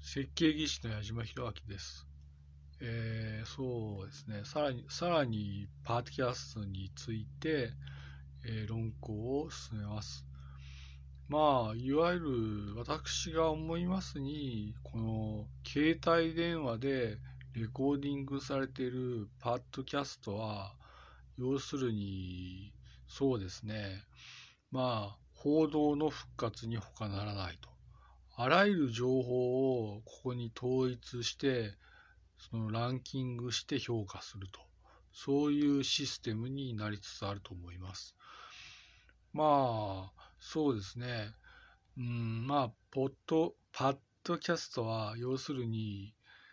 設計技師の矢島弘明です。そうですね。さらにパートキャストについて、論考を進めます。いわゆる私が思いますに、この携帯電話でレコーディングされているパッドキャストは、要するに、そうですね。報道の復活に他ならないと。あらゆる情報をここに統一して、そのランキングして評価すると。そういうシステムになりつつあると思います。そうですね。パッドキャストは、要するに、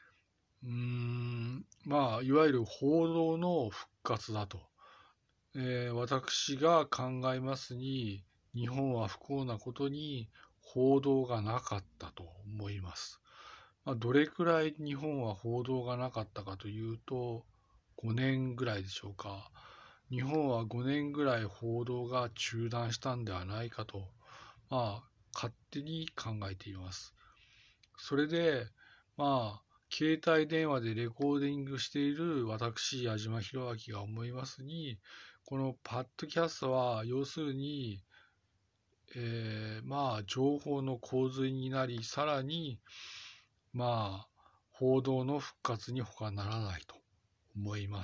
いわゆる報道の復活だと。私が考えますに、日本は不幸なことに報道がなかったと思います。どれくらい日本は報道がなかったかというと、5年ぐらいでしょうか。日本は5年ぐらい報道が中断したんではないかと、勝手に考えています。それで、携帯電話でレコーディングしている私、矢島弘明が思いますに、このパッドキャストは、要するに、情報の洪水になり、さらに、報道の復活に他ならないと思います。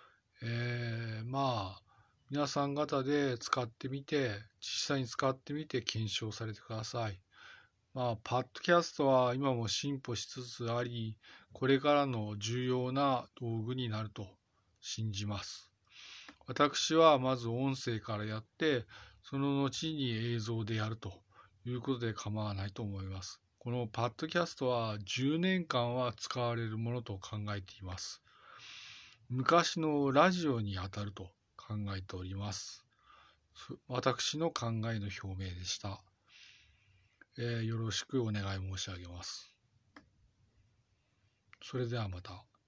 皆さん方で使ってみて、実際に使ってみて検証されてください。パッドキャストは今も進歩しつつあり、これからの重要な道具になると信じます。私はまず音声からやって、その後に映像でやるということで構わないと思います。このパッドキャストは10年間は使われるものと考えています。昔のラジオに当たると考えております。私の考えの表明でした。よろしくお願い申し上げます。それではまた。